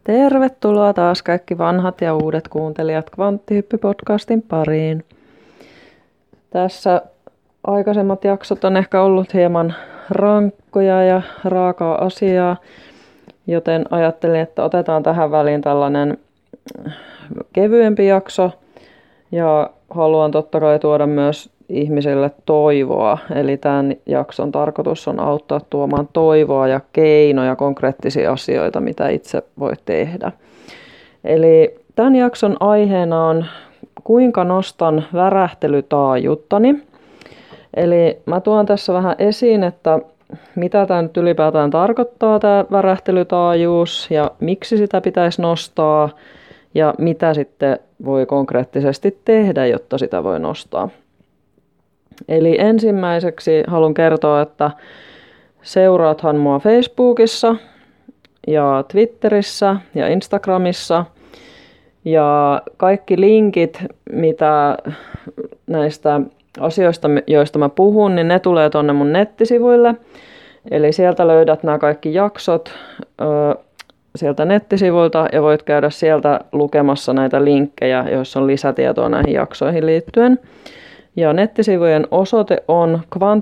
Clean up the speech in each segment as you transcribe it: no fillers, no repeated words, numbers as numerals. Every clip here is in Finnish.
Tervetuloa taas kaikki vanhat ja uudet kuuntelijat Kvanttihyppy-podcastin pariin. Tässä aikaisemmat jaksot on ehkä ollut hieman rankkoja ja raakaa asiaa, joten ajattelin, että otetaan tähän väliin tällainen kevyempi jakso ja haluan totta kai tuoda myös ihmisille toivoa. Eli tämän jakson tarkoitus on auttaa tuomaan toivoa ja keinoja, konkreettisia asioita, mitä itse voit tehdä. Eli tämän jakson aiheena on, kuinka nostan värähtelytaajuuttani. Eli mä tuon tässä vähän esiin, että mitä tämä nyt ylipäätään tarkoittaa, tämä värähtelytaajuus, ja miksi sitä pitäisi nostaa, ja mitä sitten voi konkreettisesti tehdä, jotta sitä voi nostaa. Eli ensimmäiseksi haluan kertoa, että seuraathan mua Facebookissa ja Twitterissä ja Instagramissa. Ja kaikki linkit, mitä näistä asioista, joista mä puhun, niin ne tulee tonne mun nettisivuille. Eli sieltä löydät nämä kaikki jaksot sieltä nettisivuilta ja voit käydä sieltä lukemassa näitä linkkejä, joissa on lisätietoa näihin jaksoihin liittyen. Ja nettisivujen osoite on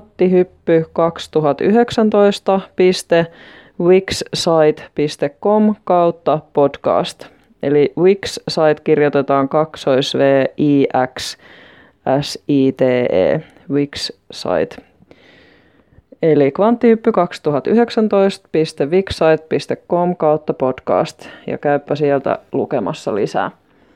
kvanttihyppy2019.wixsite.com/podcast. Eli Wixsite kirjoitetaan 2VIXSITE, Wixsite. Eli kvanttihyppy2019.wixsite.com/podcast ja käypä sieltä lukemassa lisää.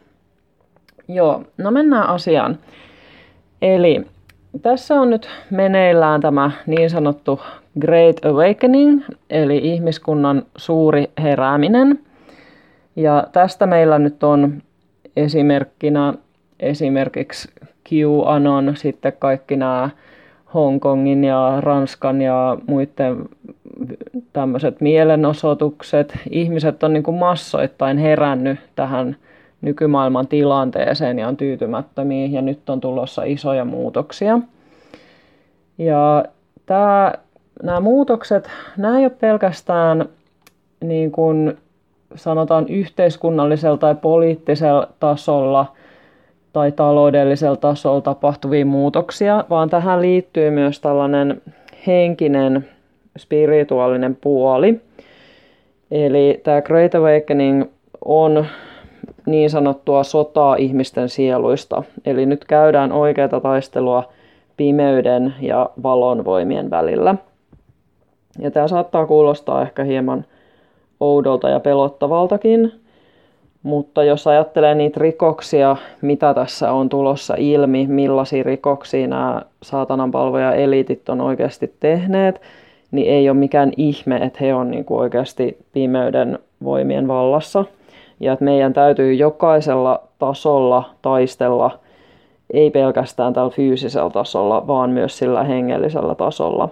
Joo, no mennään asiaan. Eli tässä on nyt meneillään tämä niin sanottu Great Awakening, eli ihmiskunnan suuri herääminen. Ja tästä meillä nyt on esimerkkinä esimerkiksi QAnon, sitten kaikki nämä Hongkongin ja Ranskan ja muiden tämmöiset mielenosoitukset. Ihmiset on niin kuin massoittain herännyt tähän nykymaailman tilanteeseen ja on tyytymättömiä ja nyt on tulossa isoja muutoksia. Ja nämä muutokset, nämä ei ole pelkästään niin kuin sanotaan yhteiskunnallisella tai poliittisella tasolla tai taloudellisella tasolla tapahtuvia muutoksia, vaan tähän liittyy myös tällainen henkinen, spirituaalinen puoli. Eli tämä Great Awakening on niin sanottua sotaa ihmisten sieluista. Eli nyt käydään oikeaa taistelua pimeyden ja valon voimien välillä. Ja tämä saattaa kuulostaa ehkä hieman oudolta ja pelottavaltakin, mutta jos ajattelee niitä rikoksia, mitä tässä on tulossa ilmi, millaisia rikoksia nämä saatananpalvoja-eliitit on oikeasti tehneet, niin ei ole mikään ihme, että he on niinku oikeasti pimeyden voimien vallassa. Ja että meidän täytyy jokaisella tasolla taistella, ei pelkästään tällä fyysisellä tasolla, vaan myös sillä hengellisellä tasolla,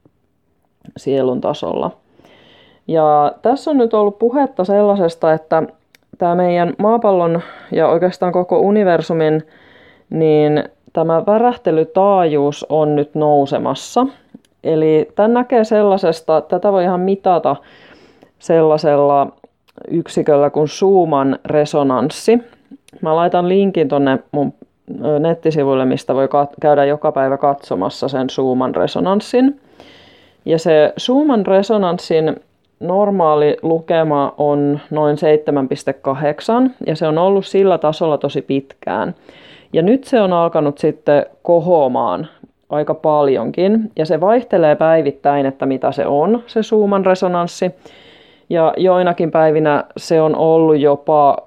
sielun tasolla. Ja tässä on nyt ollut puhetta sellaisesta, että tämä meidän maapallon ja oikeastaan koko universumin, niin tämä värähtelytaajuus on nyt nousemassa. Eli tämän näkee sellaisesta, tätä voi ihan mitata sellaisella yksiköllä kuin Schumann resonanssi. Mä laitan linkin tonne mun nettisivuille, mistä voi käydä joka päivä katsomassa sen Schumann resonanssin. Ja se Schumann resonanssin normaali lukema on noin 7,8 ja se on ollut sillä tasolla tosi pitkään. Ja nyt se on alkanut sitten kohoamaan aika paljonkin ja se vaihtelee päivittäin, että mitä se on, se Schumann resonanssi. Ja joinakin päivinä se on ollut jopa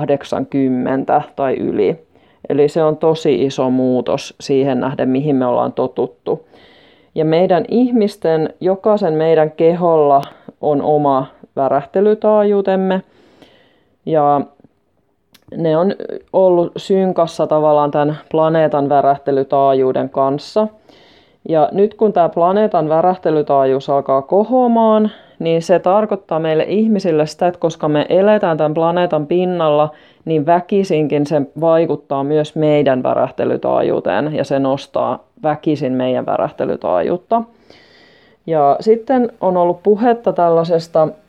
80 tai yli. Eli se on tosi iso muutos siihen nähden, mihin me ollaan totuttu. Ja meidän ihmisten, jokaisen meidän keholla on oma värähtelytaajuutemme. Ja ne on ollut synkassa tavallaan tämän planeetan värähtelytaajuuden kanssa. Ja nyt kun tämä planeetan värähtelytaajuus alkaa kohoamaan, niin se tarkoittaa meille ihmisille sitä, että koska me eletään tämän planeetan pinnalla, niin väkisinkin se vaikuttaa myös meidän värähtelytaajuuteen ja se nostaa väkisin meidän värähtelytaajuutta. Ja sitten on ollut puhetta tällaisesta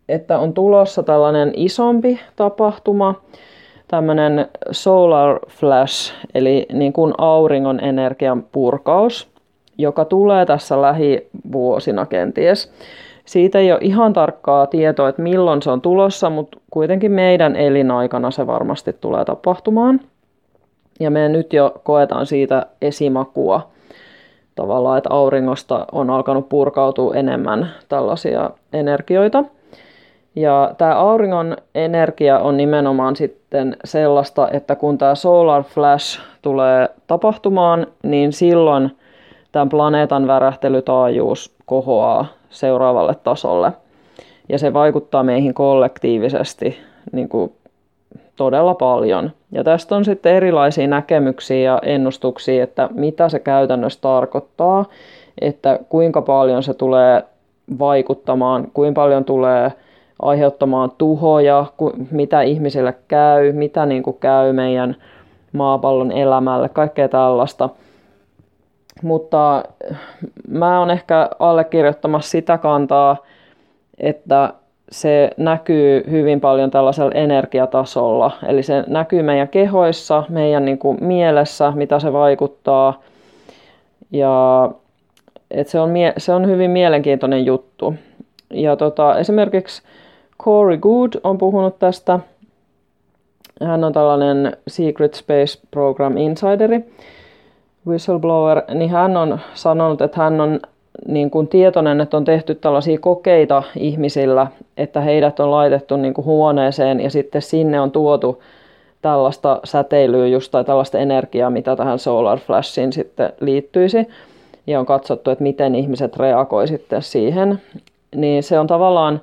että on tulossa tällainen isompi tapahtuma, tämmöinen solar flash, eli niin kuin auringon energian purkaus, joka tulee tässä lähivuosina kenties. Siitä ei ole ihan tarkkaa tietoa, että milloin se on tulossa, mutta kuitenkin meidän elinaikana se varmasti tulee tapahtumaan. Ja me nyt jo koetaan siitä esimakua tavallaan, että auringosta on alkanut purkautua enemmän tällaisia energioita. Ja tämä auringon energia on nimenomaan sitten sellaista, että kun tämä solar flash tulee tapahtumaan, niin silloin tämän planeetan värähtelytaajuus kohoaa seuraavalle tasolle. Ja se vaikuttaa meihin kollektiivisesti niin kuin todella paljon. Ja tästä on sitten erilaisia näkemyksiä ja ennustuksia, että mitä se käytännössä tarkoittaa, että kuinka paljon se tulee vaikuttamaan, kuinka paljon tulee aiheuttamaan tuhoja, mitä ihmisille käy, mitä niin kuin käy meidän maapallon elämälle, kaikkea tällaista. Mutta mä oon ehkä allekirjoittamassa sitä kantaa, että se näkyy hyvin paljon tällaisella energiatasolla. Eli se näkyy meidän kehoissa, meidän niin kuin mielessä, mitä se vaikuttaa. Ja se on hyvin mielenkiintoinen juttu. Ja esimerkiksi Corey Goode on puhunut tästä. Hän on tällainen Secret Space Program insideri, whistleblower, niin hän on sanonut, että hän on niin kuin tietoinen, että on tehty tällaisia kokeita ihmisillä, että heidät on laitettu niin kuin huoneeseen ja sitten sinne on tuotu tällaista säteilyä just tai tällaista energiaa, mitä tähän solar flashiin sitten liittyisi. Ja on katsottu, että miten ihmiset reagoi sitten siihen. Niin se on tavallaan,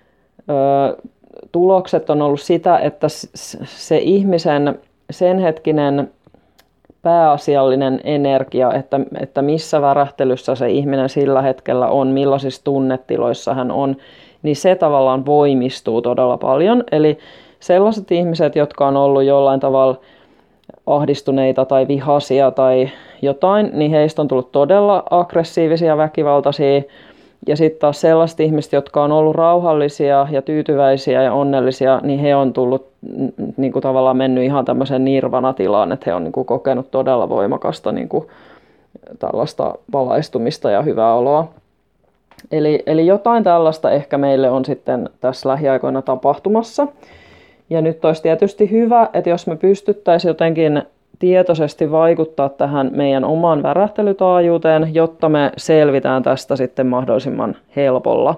tulokset on ollut sitä, että se ihmisen sen hetkinen pääasiallinen energia, että missä värähtelyssä se ihminen sillä hetkellä on, millaisissa tunnetiloissa hän on, niin se tavallaan voimistuu todella paljon. Eli sellaiset ihmiset, jotka on ollut jollain tavalla ahdistuneita tai vihaisia tai jotain, niin heistä on tullut todella aggressiivisia ja väkivaltaisia. Ja sitten taas sellaiset ihmiset, jotka on ollut rauhallisia ja tyytyväisiä ja onnellisia, niin he on tullut niin kuin tavallaan mennyt ihan tämmöiseen nirvana-tilaan, että he on niin kuin kokenut todella voimakasta niin kuin tällaista valaistumista ja hyvää oloa. Eli jotain tällaista ehkä meille on sitten tässä lähiaikoina tapahtumassa. Ja nyt olisi tietysti hyvä, että jos me pystyttäisiin jotenkin tietoisesti vaikuttaa tähän meidän omaan värähtelytaajuuteen, jotta me selvitään tästä sitten mahdollisimman helpolla.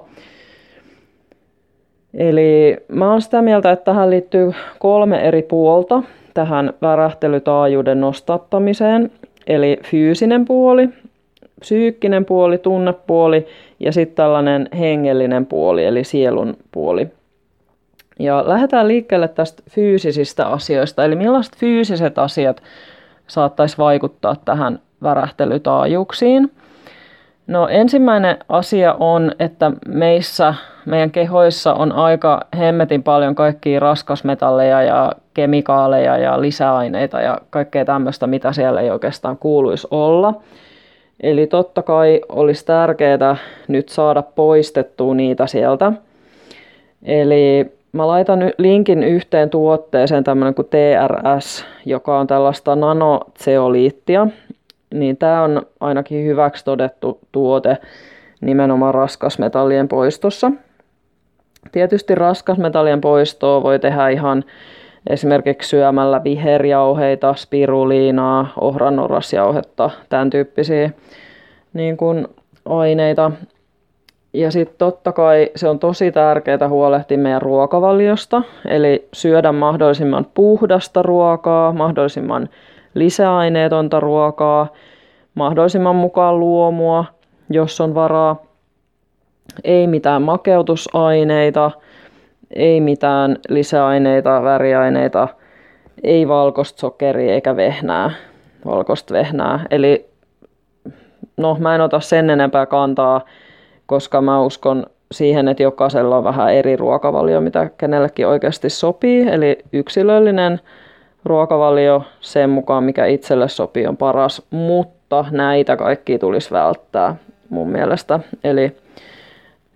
Eli mä oon sitä mieltä, että tähän liittyy 3 eri puolta tähän värähtelytaajuuden nostattamiseen. Eli fyysinen puoli, psyykkinen puoli, tunnepuoli ja sitten tällainen hengellinen puoli, eli sielun puoli. Ja lähdetään liikkeelle tästä fyysisistä asioista, eli millaiset fyysiset asiat saattaisi vaikuttaa tähän värähtelytaajuuksiin. No ensimmäinen asia on, että meidän kehoissa on aika hemmetin paljon kaikkia raskasmetalleja ja kemikaaleja ja lisäaineita ja kaikkea tämmöistä, mitä siellä ei oikeastaan kuuluisi olla. Eli totta kai olisi tärkeää nyt saada poistettua niitä sieltä. Eli mä laitan linkin yhteen tuotteeseen tämmöinen kuin TRS, joka on tällaista nanozeoliittia. Niin tämä on ainakin hyväksi todettu tuote nimenomaan raskasmetallien poistossa. Tietysti raskasmetallien poistoa voi tehdä ihan esimerkiksi syömällä viherjauheita, spiruliinaa, ohranorasjauhetta, tämän tyyppisiä niin kuin aineita. Ja sitten totta kai se on tosi tärkeää huolehtia meidän ruokavaliosta, eli syödä mahdollisimman puhdasta ruokaa, mahdollisimman lisäaineetonta ruokaa, mahdollisimman mukaan luomua, jos on varaa. Ei mitään makeutusaineita, ei mitään lisäaineita, väriaineita, ei valkoista sokeria eikä valkoista vehnää. Eli no mä en ota sen enempää kantaa, koska mä uskon siihen, että jokaisella on vähän eri ruokavalio, mitä kenellekin oikeasti sopii. Eli yksilöllinen ruokavalio sen mukaan, mikä itselle sopii, on paras, mutta näitä kaikkia tulisi välttää mun mielestä.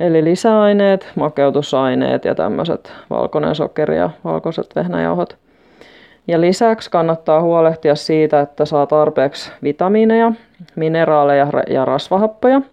Eli lisäaineet, makeutusaineet ja tämmöiset valkoinen sokeri ja valkoiset vehnäjauhot. Ja lisäksi kannattaa huolehtia siitä, että saa tarpeeksi vitamiineja, mineraaleja ja rasvahappoja.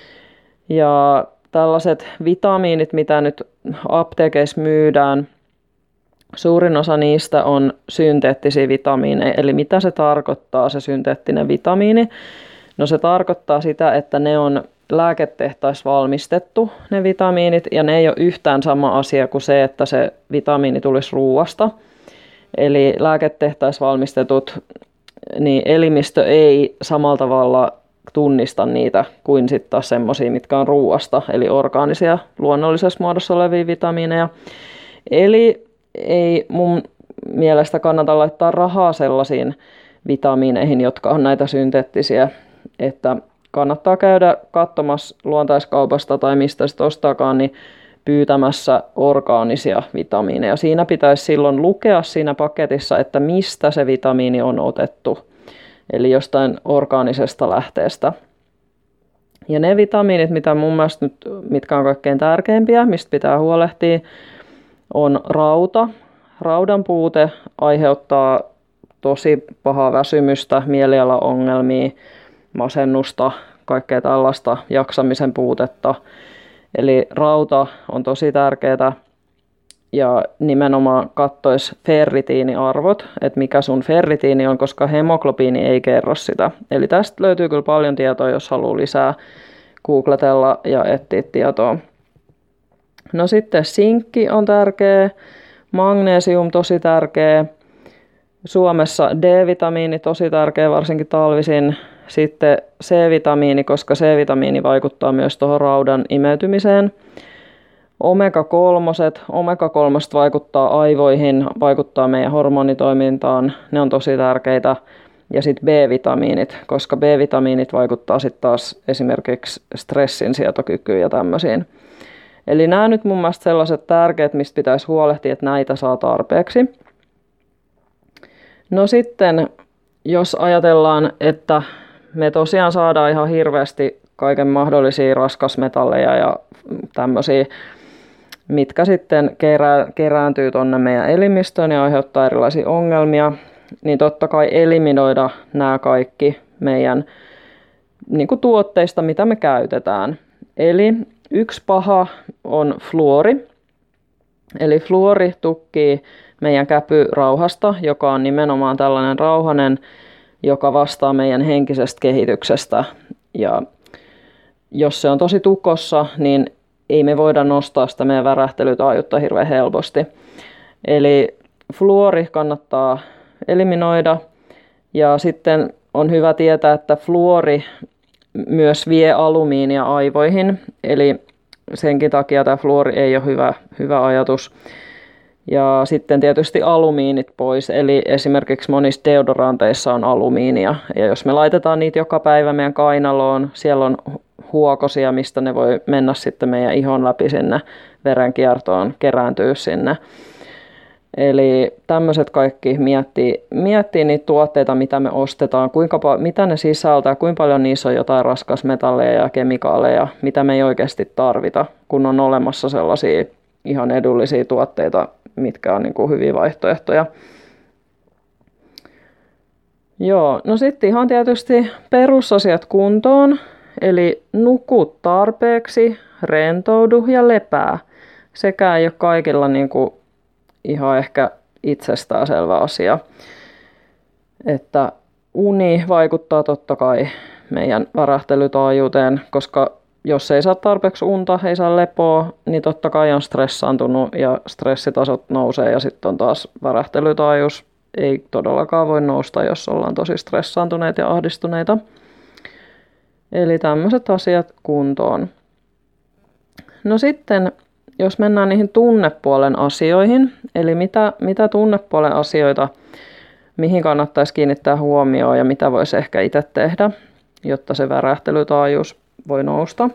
Ja tällaiset vitamiinit, mitä nyt apteekeissa myydään, suurin osa niistä on synteettisiä vitamiineja. Eli mitä se tarkoittaa, se synteettinen vitamiini? No se tarkoittaa sitä, että ne on lääketehtaissa valmistettu, ne vitamiinit, ja ne ei ole yhtään sama asia kuin se, että se vitamiini tulisi ruuasta. Eli lääketehtaissa valmistetut, niin elimistö ei samalla tavalla tunnista niitä kuin sitten taas semmoisia, mitkä on ruuasta, eli orgaanisia luonnollisessa muodossa olevia vitamiineja. Eli ei mun mielestä kannata laittaa rahaa sellaisiin vitamiineihin, jotka on näitä synteettisiä, että kannattaa käydä katsomassa luontaiskaupasta tai mistä sitten ostaakaan, niin pyytämässä orgaanisia vitamiineja. Siinä pitäisi silloin lukea siinä paketissa, että mistä se vitamiini on otettu, eli jostain orgaanisesta lähteestä. Ja ne vitamiinit, mitä mun mielestä nyt, mitkä on kaikkein tärkeimpiä, mistä pitää huolehtia, on rauta. Raudan puute aiheuttaa tosi pahaa väsymystä, mielialaongelmia, masennusta, kaikkea tällaista jaksamisen puutetta. Eli rauta on tosi tärkeää ja nimenomaan katsoisi ferritiiniarvot, että mikä sun ferritiini on, koska hemoglobiini ei kerro sitä. Eli tästä löytyy kyllä paljon tietoa, jos haluaa lisää googletella ja etsiä tietoa. No sitten sinkki on tärkeä, magnesium tosi tärkeä, Suomessa D-vitamiini tosi tärkeä, varsinkin talvisin. Sitten C-vitamiini, koska C-vitamiini vaikuttaa myös tuohon raudan imeytymiseen. Omega-3, omega-3 vaikuttaa aivoihin, vaikuttaa meidän hormonitoimintaan, ne on tosi tärkeitä. Ja sitten B-vitamiinit, koska B-vitamiinit vaikuttaa sitten taas esimerkiksi stressin sietokykyyn ja tämmöisiin. Eli nämä nyt mun mielestä sellaiset tärkeät, mistä pitäisi huolehtia, että näitä saa tarpeeksi. No sitten, jos ajatellaan, että me tosiaan saadaan ihan hirveästi kaiken mahdollisia raskasmetalleja ja tämmöisiä, mitkä sitten kerääntyy tuonne meidän elimistöön ja aiheuttaa erilaisia ongelmia, niin totta kai eliminoida nämä kaikki meidän niin kuin tuotteista, mitä me käytetään. Eli yksi paha on fluori. Eli fluori tukkii meidän käpyrauhasta, joka on nimenomaan tällainen rauhanen, joka vastaa meidän henkisestä kehityksestä. Ja jos se on tosi tukossa, niin ei me voida nostaa sitä meidän värähtelytaajuutta hirveän helposti. Eli fluori kannattaa eliminoida. Ja sitten on hyvä tietää, että fluori myös vie alumiinia aivoihin. Eli senkin takia tämä fluori ei ole hyvä ajatus. Ja sitten tietysti alumiinit pois, eli esimerkiksi monissa deodoranteissa on alumiinia. Ja jos me laitetaan niitä joka päivä meidän kainaloon, siellä on huokosia, mistä ne voi mennä sitten meidän ihon läpi sinne verenkiertoon, kerääntyä sinne. Eli tämmöiset kaikki miettii niitä tuotteita, mitä me ostetaan, mitä ne sisältää, kuinka paljon niissä on jotain raskasmetalleja ja kemikaaleja, mitä me ei oikeasti tarvita, kun on olemassa sellaisia ihan edullisia tuotteita, mitkä on niin kuin hyviä vaihtoehtoja. Joo, no sitten ihan tietysti perusasiat kuntoon, eli nuku tarpeeksi, rentoudu ja lepää. Sekä ei ole kaikilla niin kuin ihan ehkä itsestäänselvä asia. Että uni vaikuttaa totta kai meidän värähtelytaajuuteen, koska jos ei saa tarpeeksi unta, ei saa lepoa, niin totta kai on stressaantunut ja stressitasot nousee ja sitten on taas värähtelytaajuus. Ei todellakaan voi nousta, jos ollaan tosi stressaantuneita ja ahdistuneita. Eli tämmöiset asiat kuntoon. No sitten, jos mennään niihin tunnepuolen asioihin, eli mitä tunnepuolen asioita, mihin kannattaisi kiinnittää huomioon ja mitä voisi ehkä itse tehdä, jotta se värähtelytaajuus voi nousta.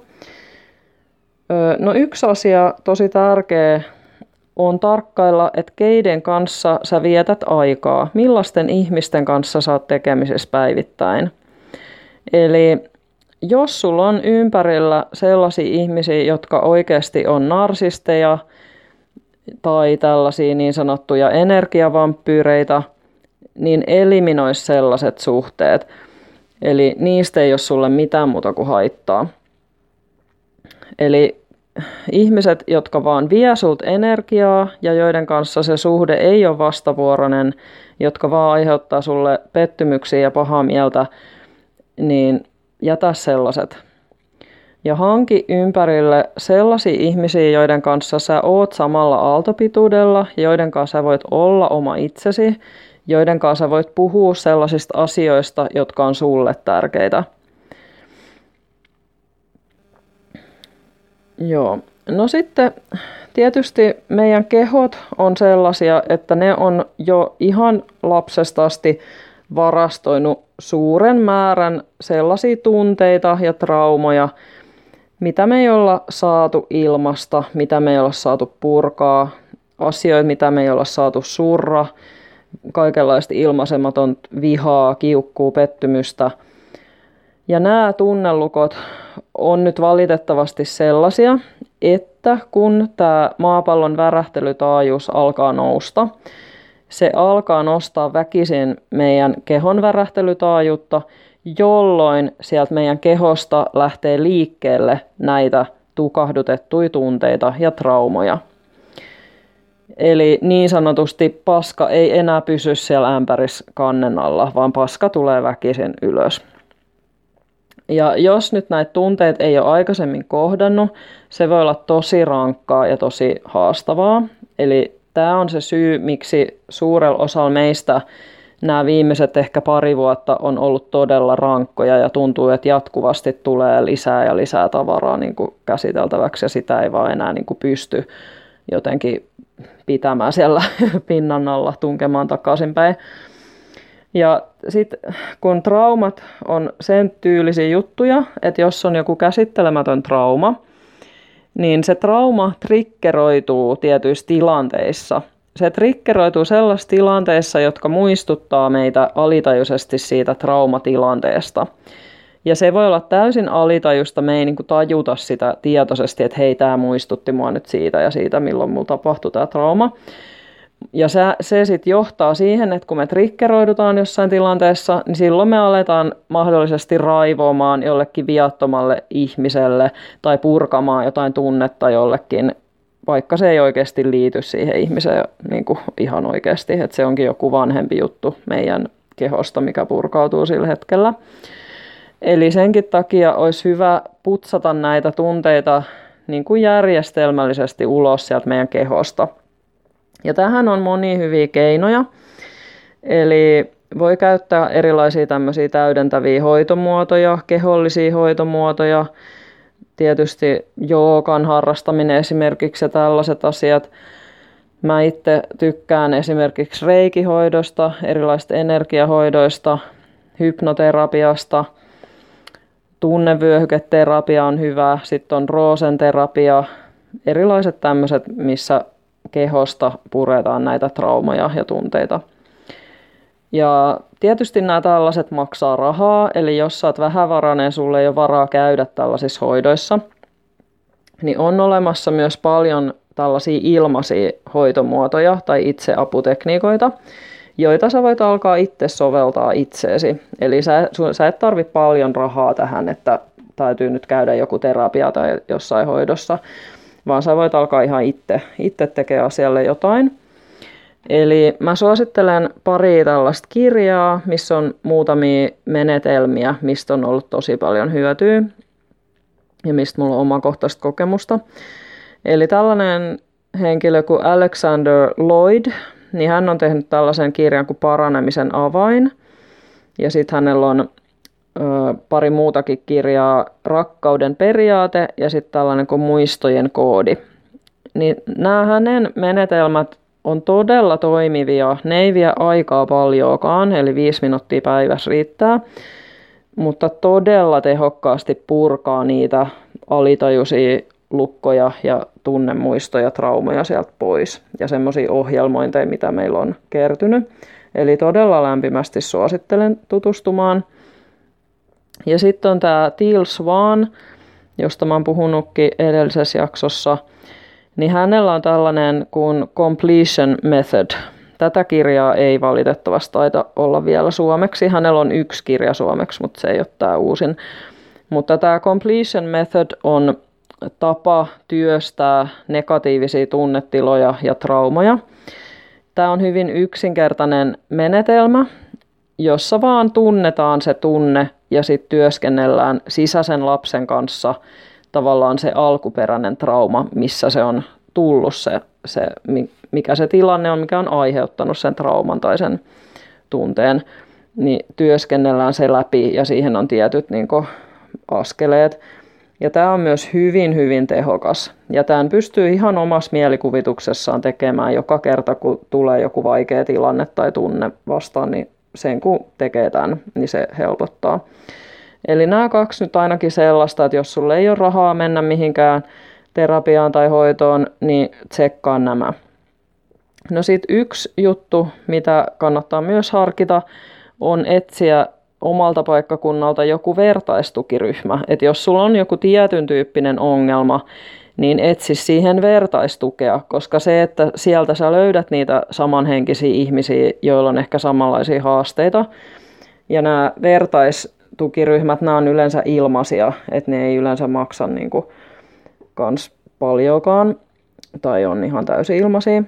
No yksi asia tosi tärkeä on tarkkailla, että keiden kanssa sä vietät aikaa, millaisten ihmisten kanssa sä oot tekemisissä päivittäin. Eli jos sulla on ympärillä sellaisia ihmisiä, jotka oikeasti on narsisteja tai tällaisia niin sanottuja energiavampyyreitä, niin eliminoi sellaiset suhteet. Eli niistä ei ole sulle mitään muuta kuin haittaa. Eli ihmiset, jotka vaan vie sulta energiaa ja joiden kanssa se suhde ei ole vastavuoroinen, jotka vaan aiheuttaa sulle pettymyksiä ja pahaa mieltä, niin jätä sellaiset. Ja hanki ympärille sellaisia ihmisiä, joiden kanssa sä oot samalla aaltopituudella, joiden kanssa sä voit olla oma itsesi, joiden kanssa sä voit puhua sellaisista asioista, jotka on sulle tärkeitä. Joo. No sitten tietysti meidän kehot on sellaisia, että ne on jo ihan lapsesta asti varastoinut suuren määrän sellaisia tunteita ja traumoja, mitä me ei olla saatu ilmasta, mitä me ei olla saatu purkaa, asioita, mitä me ei olla saatu surra, kaikenlaista ilmaisematon vihaa, kiukkuu, pettymystä. Ja nämä tunnelukot on nyt valitettavasti sellaisia, että kun tämä maapallon värähtelytaajuus alkaa nousta, se alkaa nostaa väkisin meidän kehon värähtelytaajuutta, jolloin sieltä meidän kehosta lähtee liikkeelle näitä tukahdutettuja tunteita ja traumoja. Eli niin sanotusti paska ei enää pysy siellä ämpärissä kannen alla, vaan paska tulee väkisin ylös. Ja jos nyt näitä tunteita ei ole aikaisemmin kohdannut, se voi olla tosi rankkaa ja tosi haastavaa. Eli tämä on se syy, miksi suurella osalla meistä nämä viimeiset ehkä pari vuotta on ollut todella rankkoja ja tuntuu, että jatkuvasti tulee lisää ja lisää tavaraa niin kuin käsiteltäväksi ja sitä ei vaan enää niin kuin pysty jotenkin pitämään siellä pinnan alla, tunkemaan takaisinpäin. Ja sitten kun traumat on sen tyylisiä juttuja, että jos on joku käsittelemätön trauma, niin se trauma triggeroituu tietyissä tilanteissa. Se triggeroituu sellaisissa tilanteissa, jotka muistuttaa meitä alitajuisesti siitä traumatilanteesta. Ja se voi olla täysin alitajusta, me ei niin kuin tajuta sitä tietoisesti, että hei, tämä muistutti mua nyt siitä ja siitä, milloin mulla tapahtui tämä trauma. Ja se sitten johtaa siihen, että kun me triggeroidutaan jossain tilanteessa, niin silloin me aletaan mahdollisesti raivoamaan jollekin viattomalle ihmiselle tai purkamaan jotain tunnetta jollekin, vaikka se ei oikeasti liity siihen ihmiseen niin kuin ihan oikeasti, että se onkin joku vanhempi juttu meidän kehosta, mikä purkautuu sillä hetkellä. Eli senkin takia olisi hyvä putsata näitä tunteita niin kuin järjestelmällisesti ulos sieltä meidän kehosta. Ja tähän on monia hyviä keinoja. Eli voi käyttää erilaisia tämmöisiä täydentäviä hoitomuotoja, kehollisia hoitomuotoja, tietysti joogan harrastaminen esimerkiksi ja tällaiset asiat. Mä itse tykkään esimerkiksi reikihoidosta, erilaisista energiahoidoista, hypnoterapiasta, tunnevyöhyketerapia on hyvä, sitten on roosenterapia, erilaiset tämmöiset, missä kehosta puretaan näitä traumoja ja tunteita. Ja tietysti nämä tällaiset maksaa rahaa, eli jos sä oot vähävarainen, sulle ei ole varaa käydä tällaisissa hoidoissa, niin on olemassa myös paljon tällaisia ilmaisia hoitomuotoja tai itseaputekniikoita, joita sä voit alkaa itse soveltaa itseesi. Eli sä et tarvitse paljon rahaa tähän, että täytyy nyt käydä joku terapia tai jossain hoidossa, vaan sä voit alkaa ihan itse tekemään asialle jotain. Eli mä suosittelen pari tällaista kirjaa, missä on muutamia menetelmiä, mistä on ollut tosi paljon hyötyä ja mistä mulla on omakohtaista kokemusta. Eli tällainen henkilö kuin Alexander Lloyd, niin hän on tehnyt tällaisen kirjan kuin Paranemisen avain. Ja sitten hänellä on pari muutakin kirjaa, Rakkauden periaate ja sitten tällainen kuin Muistojen koodi. Niin nämä hänen menetelmät on todella toimivia. Ne ei vie aikaa paljoakaan, eli 5 minuuttia päivässä riittää, mutta todella tehokkaasti purkaa niitä alitajuisia lukkoja ja tunnemuistoja, traumoja sieltä pois ja semmoisia ohjelmointeja, mitä meillä on kertynyt. Eli todella lämpimästi suosittelen tutustumaan. Ja sitten on tämä Teal Swan, josta mä oon puhunutkin edellisessä jaksossa, niin hänellä on tällainen kuin Completion Method. Tätä kirjaa ei valitettavasti taida olla vielä suomeksi. Hänellä on yksi kirja suomeksi, mutta se ei ole tämä uusin. Mutta tämä Completion Method on tapa työstää negatiivisia tunnetiloja ja traumoja. Tämä on hyvin yksinkertainen menetelmä, jossa vaan tunnetaan se tunne ja sitten työskennellään sisäisen lapsen kanssa tavallaan se alkuperäinen trauma, missä se on tullut se mikä se tilanne on, mikä on aiheuttanut sen trauman tai sen tunteen, niin työskennellään se läpi ja siihen on tietyt niin kuin askeleet. Ja tämä on myös hyvin, hyvin tehokas. Ja tämän pystyy ihan omassa mielikuvituksessaan tekemään joka kerta, kun tulee joku vaikea tilanne tai tunne vastaan, niin sen kun tekee tämän, niin se helpottaa. Eli nämä kaksi nyt ainakin sellaista, että jos sulle ei ole rahaa mennä mihinkään terapiaan tai hoitoon, niin tsekkaa nämä. No sitten yksi juttu, mitä kannattaa myös harkita, on etsiä omalta paikkakunnalta joku vertaistukiryhmä. Että jos sulla on joku tietyn tyyppinen ongelma, niin etsi siihen vertaistukea, koska se, että sieltä sä löydät niitä samanhenkisiä ihmisiä, joilla on ehkä samanlaisia haasteita, ja nämä vertaistukiryhmät, nämä on yleensä ilmaisia, että ne ei yleensä maksa niin kuin kans paljonkaan, tai on ihan täysin ilmaisia.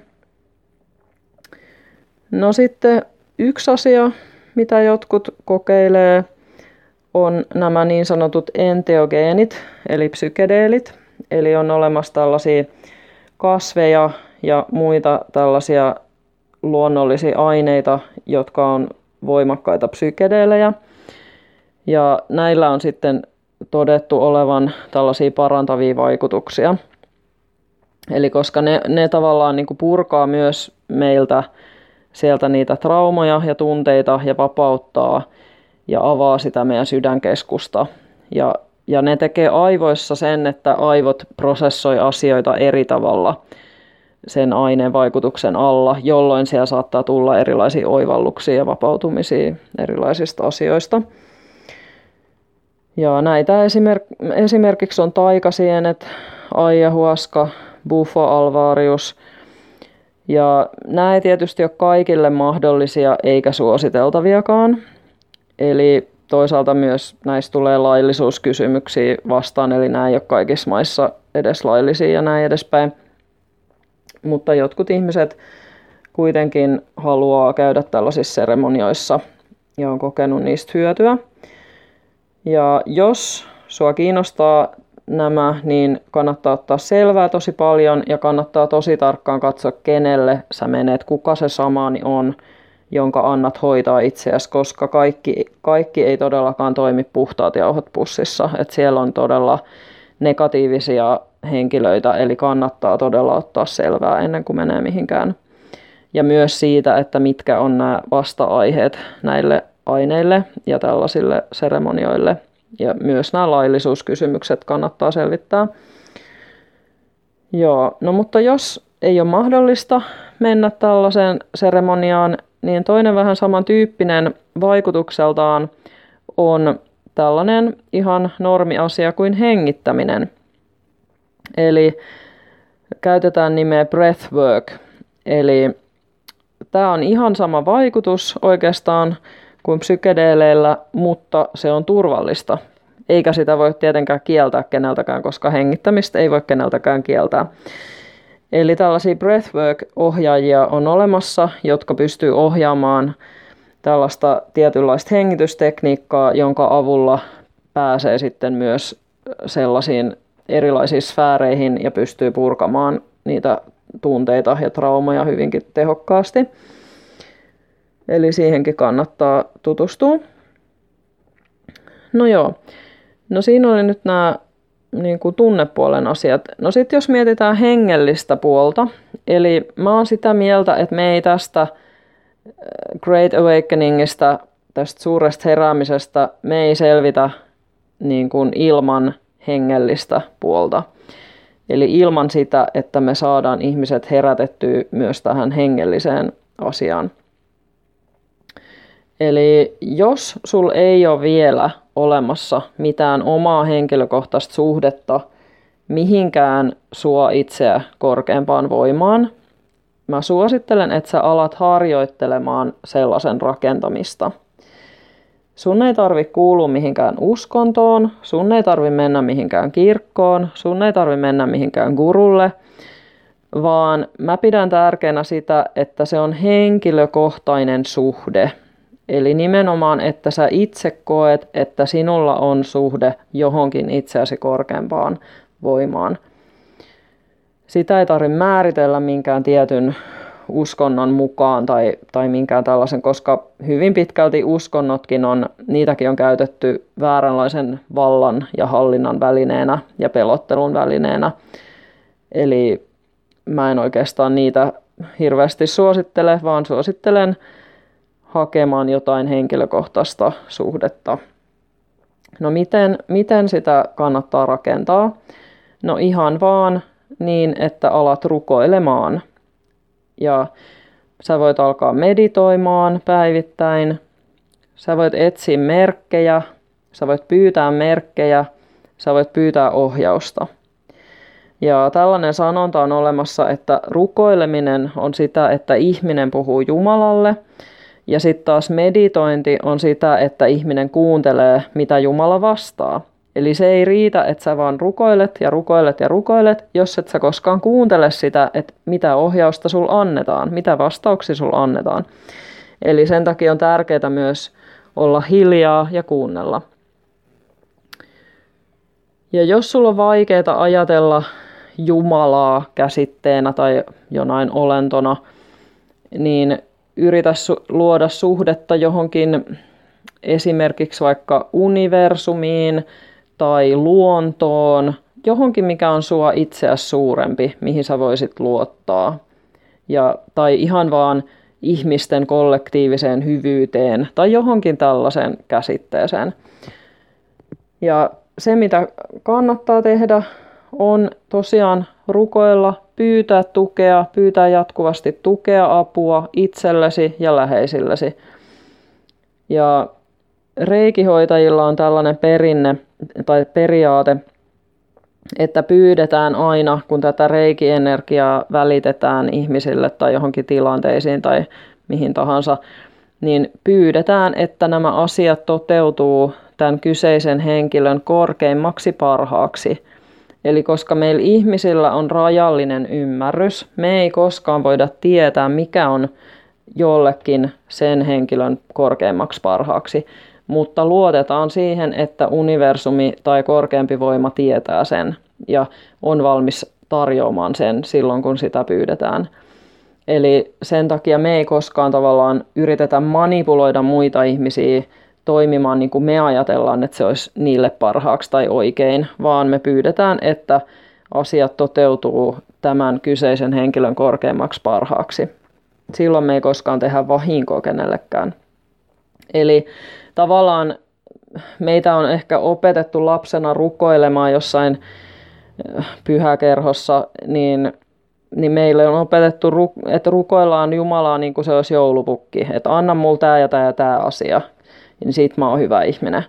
No sitten yksi asia, mitä jotkut kokeilee, on nämä niin sanotut enteogeenit, eli psykedeelit. Eli on olemassa tällaisia kasveja ja muita tällaisia luonnollisia aineita, jotka on voimakkaita psykedeelejä. Ja näillä on sitten todettu olevan tällaisia parantavia vaikutuksia. Eli koska ne tavallaan niin kuin purkaa myös meiltä sieltä niitä traumoja ja tunteita ja vapauttaa ja avaa sitä meidän sydänkeskusta. Ja ne tekee aivoissa sen, että aivot prosessoi asioita eri tavalla sen aineen vaikutuksen alla, jolloin siellä saattaa tulla erilaisia oivalluksia ja vapautumisia erilaisista asioista. Ja näitä esimerkiksi on taikasienet, ayahuasca, bufo alvarius. Ja nämä ei tietysti ole kaikille mahdollisia eikä suositeltaviakaan. Eli toisaalta myös näistä tulee laillisuuskysymyksiä vastaan, eli nämä ei ole kaikissa maissa edes laillisia ja näin edespäin. Mutta jotkut ihmiset kuitenkin haluaa käydä tällaisissa seremonioissa ja on kokenut niistä hyötyä. Ja jos sua kiinnostaa nämä, niin kannattaa ottaa selvää tosi paljon ja kannattaa tosi tarkkaan katsoa, kenelle sä menet, kuka se samaani on, jonka annat hoitaa itseäsi, koska kaikki ei todellakaan toimi puhtaat jauhot pussissa. Et siellä on todella negatiivisia henkilöitä, eli kannattaa todella ottaa selvää ennen kuin menee mihinkään. Ja myös siitä, että mitkä on nämä vasta-aiheet näille aineille ja tällaisille seremonioille. Ja myös nämä laillisuuskysymykset kannattaa selvittää. Joo, no mutta jos ei ole mahdollista mennä tällaiseen seremoniaan, niin toinen vähän samantyyppinen vaikutukseltaan on tällainen ihan normiasia kuin hengittäminen. Eli käytetään nimeä breathwork. Eli tämä on ihan sama vaikutus oikeastaan kuin psykedeeleillä, mutta se on turvallista. Eikä sitä voi tietenkään kieltää keneltäkään, koska hengittämistä ei voi keneltäkään kieltää. Eli tällaisia breathwork-ohjaajia on olemassa, jotka pystyy ohjaamaan tällaista tietynlaista hengitystekniikkaa, jonka avulla pääsee sitten myös sellaisiin erilaisiin sfääreihin ja pystyy purkamaan niitä tunteita ja traumoja hyvinkin tehokkaasti. Eli siihenkin kannattaa tutustua. No joo, no siinä oli nyt nämä niin kuin tunnepuolen asiat. No sitten jos mietitään hengellistä puolta, eli mä oon sitä mieltä, että me ei tästä Great Awakeningista, tästä suuresta heräämisestä, me ei selvitä niin kuin ilman hengellistä puolta. Eli ilman sitä, että me saadaan ihmiset herätettyä myös tähän hengelliseen asiaan. Eli jos sul ei ole vielä olemassa mitään omaa henkilökohtaista suhdetta mihinkään sua itseä korkeampaan voimaan, mä suosittelen, että sä alat harjoittelemaan sellaisen rakentamista. Sun ei tarvi kuulua mihinkään uskontoon, sun ei tarvi mennä mihinkään kirkkoon, sun ei tarvi mennä mihinkään gurulle, vaan mä pidän tärkeänä sitä, että se on henkilökohtainen suhde. Eli nimenomaan, että sä itse koet, että sinulla on suhde johonkin itseäsi korkeampaan voimaan. Sitä ei tarvitse määritellä minkään tietyn uskonnon mukaan tai minkään tällaisen, koska hyvin pitkälti uskonnotkin niitäkin on käytetty vääränlaisen vallan ja hallinnan välineenä ja pelottelun välineenä. Eli mä en oikeastaan niitä hirveästi suosittele, vaan suosittelen hakemaan jotain henkilökohtaista suhdetta. No miten sitä kannattaa rakentaa? No ihan vaan niin, että alat rukoilemaan. Ja sä voit alkaa meditoimaan päivittäin, sä voit etsiä merkkejä, sä voit pyytää merkkejä, sä voit pyytää ohjausta. Ja tällainen sanonta on olemassa, että rukoileminen on sitä, että ihminen puhuu Jumalalle, ja sitten taas meditointi on sitä, että ihminen kuuntelee, mitä Jumala vastaa. Eli se ei riitä, että sä vaan rukoilet ja rukoilet ja rukoilet, jos et sä koskaan kuuntele sitä, että mitä ohjausta sul annetaan, mitä vastauksia sul annetaan. Eli sen takia on tärkeää myös olla hiljaa ja kuunnella. Ja jos sulla on vaikeaa ajatella Jumalaa käsitteenä tai jonain olentona, niin yritä luoda suhdetta johonkin esimerkiksi vaikka universumiin tai luontoon, johonkin mikä on sua itseäsi suurempi, mihin sä voisit luottaa. Tai ihan vaan ihmisten kollektiiviseen hyvyyteen tai johonkin tällaiseen käsitteeseen. Ja se mitä kannattaa tehdä on tosiaan rukoilla, pyytää tukea, pyytää jatkuvasti tukea, apua itsellesi ja läheisillesi. Ja reikihoitajilla on tällainen perinne tai periaate, että pyydetään aina, kun tätä reikienergiaa välitetään ihmisille tai johonkin tilanteisiin tai mihin tahansa, niin pyydetään, että nämä asiat toteutuu tämän kyseisen henkilön korkeimmaksi parhaaksi. Eli koska meillä ihmisillä on rajallinen ymmärrys, me ei koskaan voida tietää, mikä on jollekin sen henkilön korkeimmaksi parhaaksi, mutta luotetaan siihen, että universumi tai korkeampi voima tietää sen ja on valmis tarjoamaan sen silloin, kun sitä pyydetään. Eli sen takia me ei koskaan tavallaan yritetä manipuloida muita ihmisiä toimimaan niin kuin me ajatellaan, että se olisi niille parhaaksi tai oikein, vaan me pyydetään, että asiat toteutuu tämän kyseisen henkilön korkeammaksi parhaaksi. Silloin me ei koskaan tehdä vahinkoa kenellekään. Eli tavallaan meitä on ehkä opetettu lapsena rukoilemaan jossain pyhäkerhossa, niin meille on opetettu, että rukoillaan Jumalaa niin kuin se olisi joulupukki. Että anna mulle tämä ja tämä ja tämä asia, niin siitä mä oon hyvä ihminen.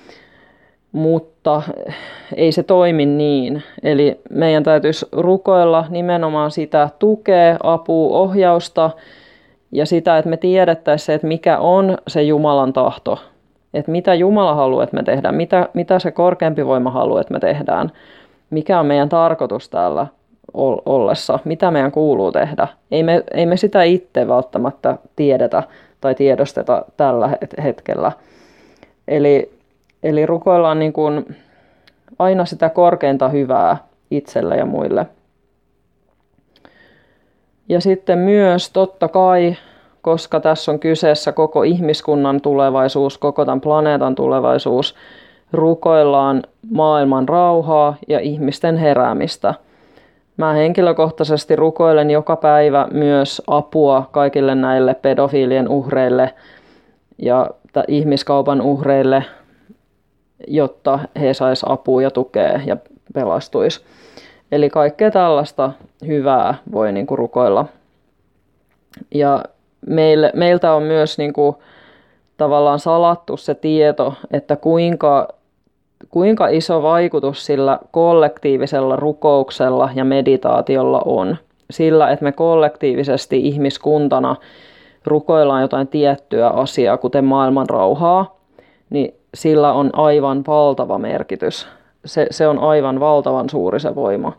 Mutta ei se toimi niin. Eli meidän täytyisi rukoilla nimenomaan sitä tukea, apua, ohjausta ja sitä, että me tiedettäisiin, että mikä on se Jumalan tahto. Että mitä Jumala haluaa, että me tehdään, mitä se korkeampi voima haluaa, että me tehdään. Mikä on meidän tarkoitus täällä ollessa, mitä meidän kuuluu tehdä. Ei me sitä itse välttämättä tiedetä tai tiedosteta tällä hetkellä. Eli rukoillaan niin kuin aina sitä korkeinta hyvää itselle ja muille. Ja sitten myös totta kai, koska tässä on kyseessä koko ihmiskunnan tulevaisuus, koko tämän planeetan tulevaisuus, rukoillaan maailman rauhaa ja ihmisten heräämistä. Mä henkilökohtaisesti rukoilen joka päivä myös apua kaikille näille pedofiilien uhreille ja ihmiskaupan uhreille, jotta he sais apua ja tukea ja pelastuisi. Eli kaikkea tällaista hyvää voi niin kuin rukoilla. Ja meiltä on myös niin kuin tavallaan salattu se tieto, että kuinka iso vaikutus sillä kollektiivisella rukouksella ja meditaatiolla on. Sillä, että me kollektiivisesti ihmiskuntana rukoillaan jotain tiettyä asiaa, kuten maailman rauhaa, niin sillä on aivan valtava merkitys. Se on aivan valtavan suuri se voima.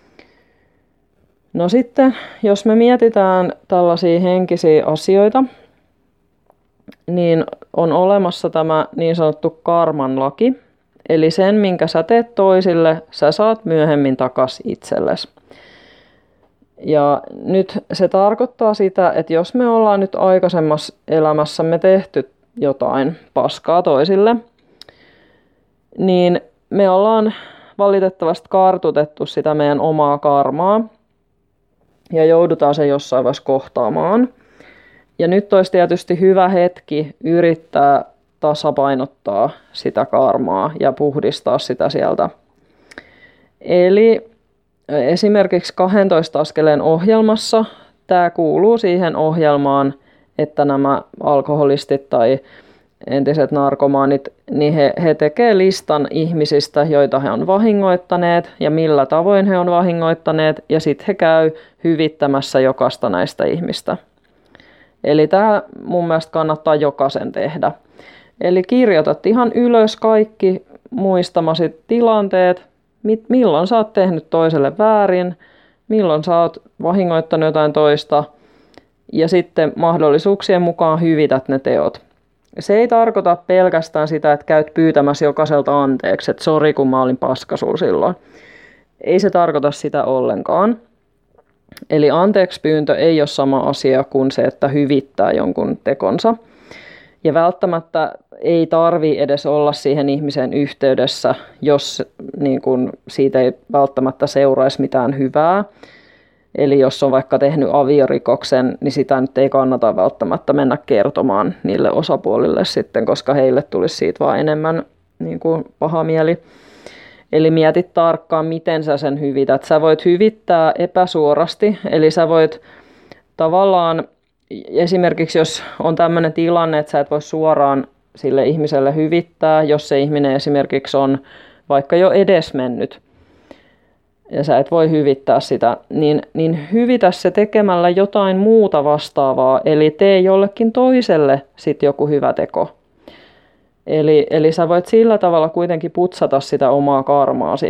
No sitten, jos me mietitään tällaisia henkisiä asioita, niin on olemassa tämä niin sanottu karman laki. Eli sen, minkä sä teet toisille, sä saat myöhemmin takaisin itsellesi. Ja nyt se tarkoittaa sitä, että jos me ollaan nyt aikaisemmassa elämässämme tehty jotain paskaa toisille, niin me ollaan valitettavasti kartutettu sitä meidän omaa karmaa ja joudutaan se jossain vaiheessa kohtaamaan. Ja nyt olisi tietysti hyvä hetki yrittää tasapainottaa sitä karmaa ja puhdistaa sitä sieltä. Eli esimerkiksi 12 askeleen ohjelmassa tämä kuuluu siihen ohjelmaan, että nämä alkoholistit tai entiset narkomaanit, niin he tekevät listan ihmisistä, joita he on vahingoittaneet ja millä tavoin he on vahingoittaneet, ja sitten he käy hyvittämässä jokaista näistä ihmistä. Eli tämä mun mielestä kannattaa jokaisen tehdä. Eli kirjoitat ihan ylös kaikki muistamasi tilanteet, milloin sä oot tehnyt toiselle väärin, milloin sä oot vahingoittanut jotain toista, ja sitten mahdollisuuksien mukaan hyvität ne teot. Se ei tarkoita pelkästään sitä, että käyt pyytämässä jokaiselta anteeksi, että sori kun mä olin paska sul silloin. Ei se tarkoita sitä ollenkaan. Eli anteeksi pyyntö ei ole sama asia kuin se, että hyvittää jonkun tekonsa. Ja välttämättä ei tarvitse edes olla siihen ihmiseen yhteydessä, jos niin kun, siitä ei välttämättä seuraisi mitään hyvää. Eli jos on vaikka tehnyt aviorikoksen, niin sitä nyt ei kannata välttämättä mennä kertomaan niille osapuolille sitten, koska heille tulisi siitä vaan enemmän niin kuin paha mieli. Eli mietit tarkkaan, miten sä sen hyvität. Sä voit hyvittää epäsuorasti, eli sä voit tavallaan, esimerkiksi jos on tämmöinen tilanne, että sä et voi suoraan sille ihmiselle hyvittää, jos se ihminen esimerkiksi on vaikka jo edesmennyt, ja sä et voi hyvittää sitä, niin hyvitä se tekemällä jotain muuta vastaavaa, eli tee jollekin toiselle sit joku hyvä teko. Eli sä voit sillä tavalla kuitenkin putsata sitä omaa karmaasi.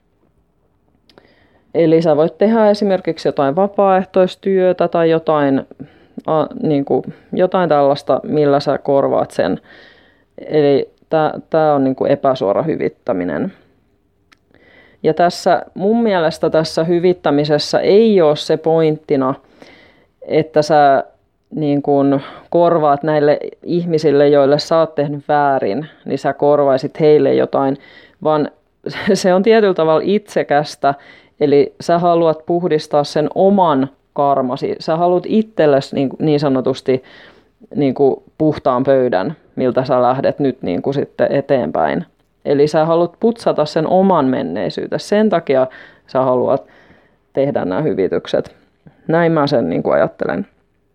Eli sä voit tehdä esimerkiksi jotain vapaaehtoistyötä tai jotain tällaista, millä sä korvaat sen. Eli tää on niin kuin epäsuora hyvittäminen. Ja mun mielestä tässä hyvittämisessä ei ole se pointtina, että sä niin kun korvaat näille ihmisille, joille sä oot tehnyt väärin, niin sä korvaisit heille jotain, vaan se on tietyllä tavalla itsekästä, eli sä haluat puhdistaa sen oman karmasi. Sä haluat itsellesi niin sanotusti niin kuin puhtaan pöydän, miltä sä lähdet nyt niin kuin sitten eteenpäin. Eli sä haluat putsata sen oman menneisyytesi. Sen takia sä haluat tehdä nämä hyvitykset. Näin mä sen niin kuin ajattelen.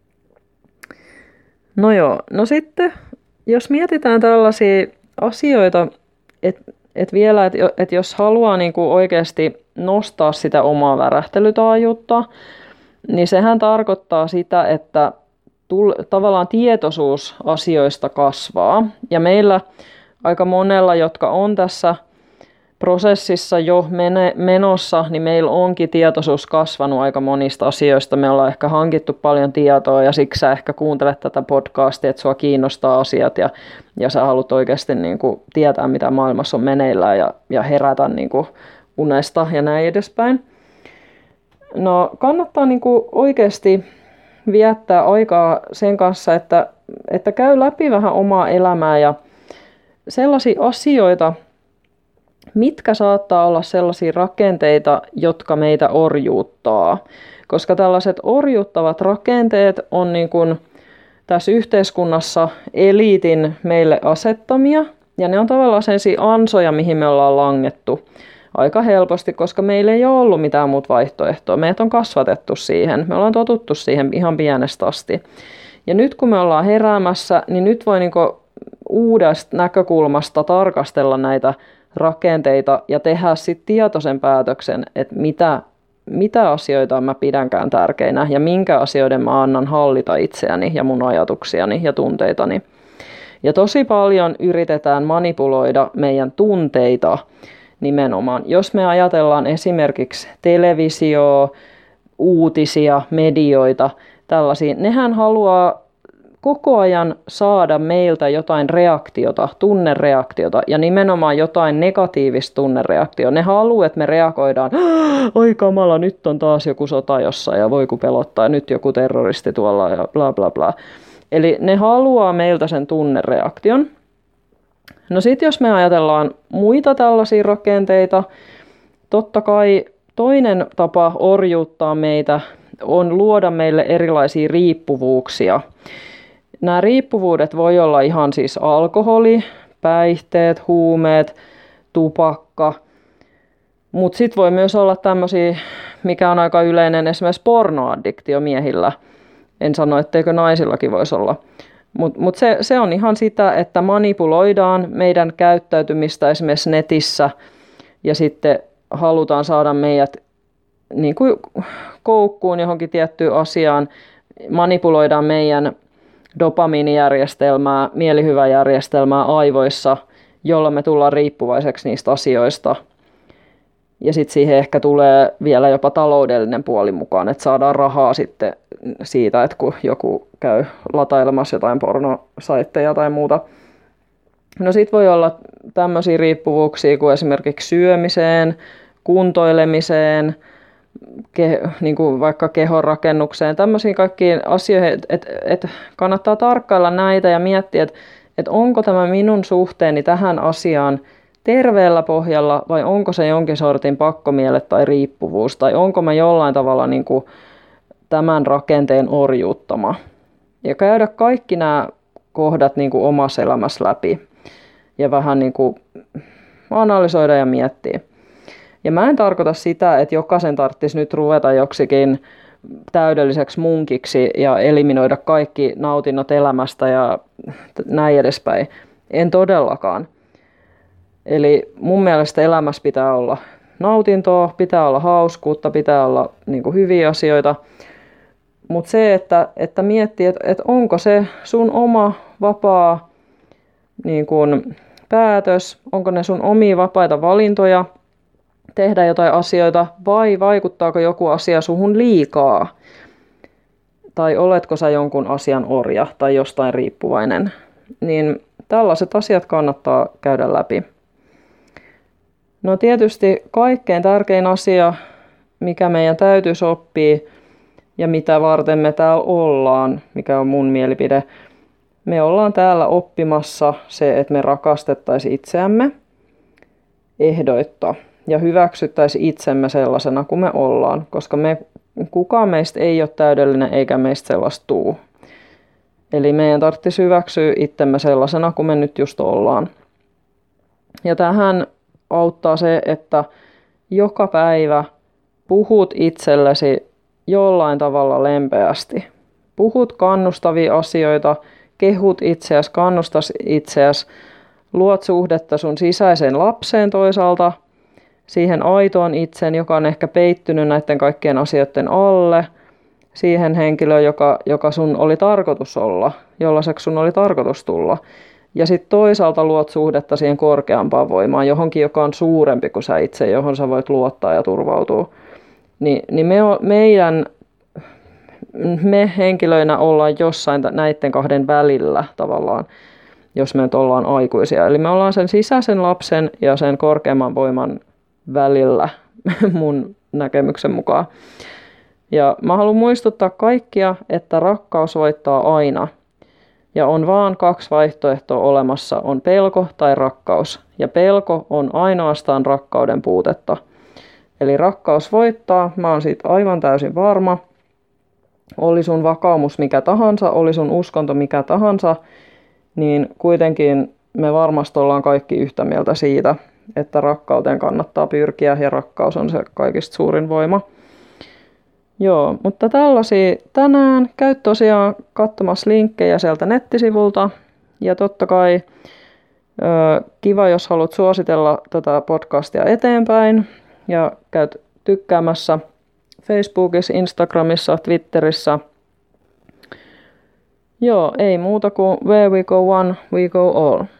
No joo, no sitten jos mietitään tällaisia asioita, että jos haluaa niin kuin oikeasti nostaa sitä omaa värähtelytaajuutta, niin sehän tarkoittaa sitä, että tavallaan tietoisuus asioista kasvaa. Ja meillä aika monella, jotka on tässä prosessissa jo menossa, niin meillä onkin tietoisuus kasvanut aika monista asioista. Me ollaan ehkä hankittu paljon tietoa ja siksi sä ehkä kuuntelet tätä podcastia, että sua kiinnostaa asiat ja sä haluat oikeasti niin kuin tietää, mitä maailmassa on meneillään ja herätä niin kuin unesta ja näin edespäin. No kannattaa niin kuin oikeasti viettää aikaa sen kanssa, että käy läpi vähän omaa elämää ja sellaisia asioita, mitkä saattaa olla sellaisia rakenteita, jotka meitä orjuuttaa. Koska tällaiset orjuuttavat rakenteet on niin kuin tässä yhteiskunnassa eliitin meille asettamia. Ja ne on tavallaan sellaisia ansoja, mihin me ollaan langettu aika helposti, koska meillä ei ole ollut mitään muuta vaihtoehtoa. Meitä on kasvatettu siihen. Me ollaan totuttu siihen ihan pienestä asti. Ja nyt kun me ollaan heräämässä, niin nyt voi niinku uudesta näkökulmasta tarkastella näitä rakenteita ja tehdä sitten tietoisen päätöksen, että mitä asioita mä pidänkään tärkeinä ja minkä asioiden mä annan hallita itseäni ja mun ajatuksiani ja tunteitani. Ja tosi paljon yritetään manipuloida meidän tunteita nimenomaan. Jos me ajatellaan esimerkiksi televisioa, uutisia, medioita, tällaisia, nehän haluaa koko ajan saada meiltä jotain reaktiota, tunnereaktiota ja nimenomaan jotain negatiivista tunnereaktiota. Ne haluaa, että me reagoidaan, oi kamala, nyt on taas joku sota jossain ja voi kun pelottaa, nyt joku terroristi tuolla ja bla bla bla. Eli ne haluaa meiltä sen tunnereaktion. No sit jos me ajatellaan muita tällaisia rakenteita, totta kai toinen tapa orjuuttaa meitä on luoda meille erilaisia riippuvuuksia. Nämä riippuvuudet voi olla ihan siis alkoholi, päihteet, huumeet, tupakka, mutta sitten voi myös olla tämmöisiä, mikä on aika yleinen, esimerkiksi pornoaddiktio miehillä. En sano, etteikö naisillakin voisi olla. Mutta se on ihan sitä, että manipuloidaan meidän käyttäytymistä esimerkiksi netissä ja sitten halutaan saada meidät niin kuin koukkuun johonkin tiettyyn asiaan, manipuloidaan meidän dopamiinijärjestelmää, mielihyväjärjestelmää aivoissa, jolla me tullaan riippuvaiseksi niistä asioista. Ja sitten siihen ehkä tulee vielä jopa taloudellinen puoli mukaan, että saadaan rahaa sitten siitä, että kun joku käy latailemassa jotain pornosaitteja tai muuta. No sitten voi olla tämmöisiä riippuvuuksia kuin esimerkiksi syömiseen, kuntoilemiseen, niin kuin vaikka kehonrakennukseen, tämmöisiin kaikkiin asioihin, että kannattaa tarkkailla näitä ja miettiä, että onko tämä minun suhteeni tähän asiaan terveellä pohjalla vai onko se jonkin sortin pakkomielle tai riippuvuus tai onko mä jollain tavalla niin kuin tämän rakenteen orjuuttama. Ja käydä kaikki nämä kohdat niin kuin omassa elämässä läpi ja vähän niin kuin analysoida ja miettiä. Ja mä en tarkoita sitä, että jokaisen tarvitsisi nyt ruveta joksikin täydelliseksi munkiksi ja eliminoida kaikki nautinnot elämästä ja näin edespäin. En todellakaan. Eli mun mielestä elämässä pitää olla nautintoa, pitää olla hauskuutta, pitää olla niin kuin hyviä asioita. Mutta se, että miettii, että onko se sun oma vapaa niin kuin päätös, onko ne sun omia vapaita valintoja, tehdä jotain asioita vai vaikuttaako joku asia suhun liikaa? Tai oletko sä jonkun asian orja tai jostain riippuvainen? Niin tällaiset asiat kannattaa käydä läpi. No tietysti kaikkein tärkein asia, mikä meidän täytyisi oppia ja mitä varten me täällä ollaan, mikä on mun mielipide, me ollaan täällä oppimassa se, että me rakastettaisiin itseämme ehdoitta ja hyväksyttäisiin itsemme sellaisena kuin me ollaan, koska kukaan meistä ei ole täydellinen eikä meistä sellaista tuu. Eli meidän tarvitsisi hyväksyä itsemme sellaisena kuin me nyt just ollaan. Ja tähän auttaa se, että joka päivä puhut itsellesi jollain tavalla lempeästi. Puhut kannustavia asioita, kehut itseäsi, kannustas itseäsi, luot suhdetta sun sisäiseen lapseen toisaalta, siihen aitoon itseen, joka on ehkä peittynyt näiden kaikkien asioiden alle, siihen henkilöön, joka sun oli tarkoitus olla, jollaiseksi sun oli tarkoitus tulla. Ja sitten toisaalta luot suhdetta siihen korkeampaan voimaan, johonkin, joka on suurempi kuin sä itse, johon sä voit luottaa ja turvautua. Niin me henkilöinä ollaan jossain näiden kahden välillä tavallaan, jos me nyt ollaan aikuisia. Eli me ollaan sen sisäisen lapsen ja sen korkeamman voiman välillä mun näkemyksen mukaan. Ja mä haluan muistuttaa kaikkia, että rakkaus voittaa aina. Ja on vaan kaksi vaihtoehtoa olemassa, on pelko tai rakkaus. Ja pelko on ainoastaan rakkauden puutetta. Eli rakkaus voittaa, mä oon siitä aivan täysin varma. Oli sun vakaumus mikä tahansa, oli sun uskonto mikä tahansa, niin kuitenkin me varmasti ollaan kaikki yhtä mieltä siitä, että rakkauteen kannattaa pyrkiä ja rakkaus on se kaikista suurin voima. Joo, mutta tällaisia tänään. Käy tosiaan katsomassa linkkejä sieltä nettisivulta Ja totta kai kiva, jos haluat suositella tätä podcastia eteenpäin ja käyt tykkäämässä Facebookissa, Instagramissa, Twitterissä. Joo, ei muuta kuin where we go one, we go all.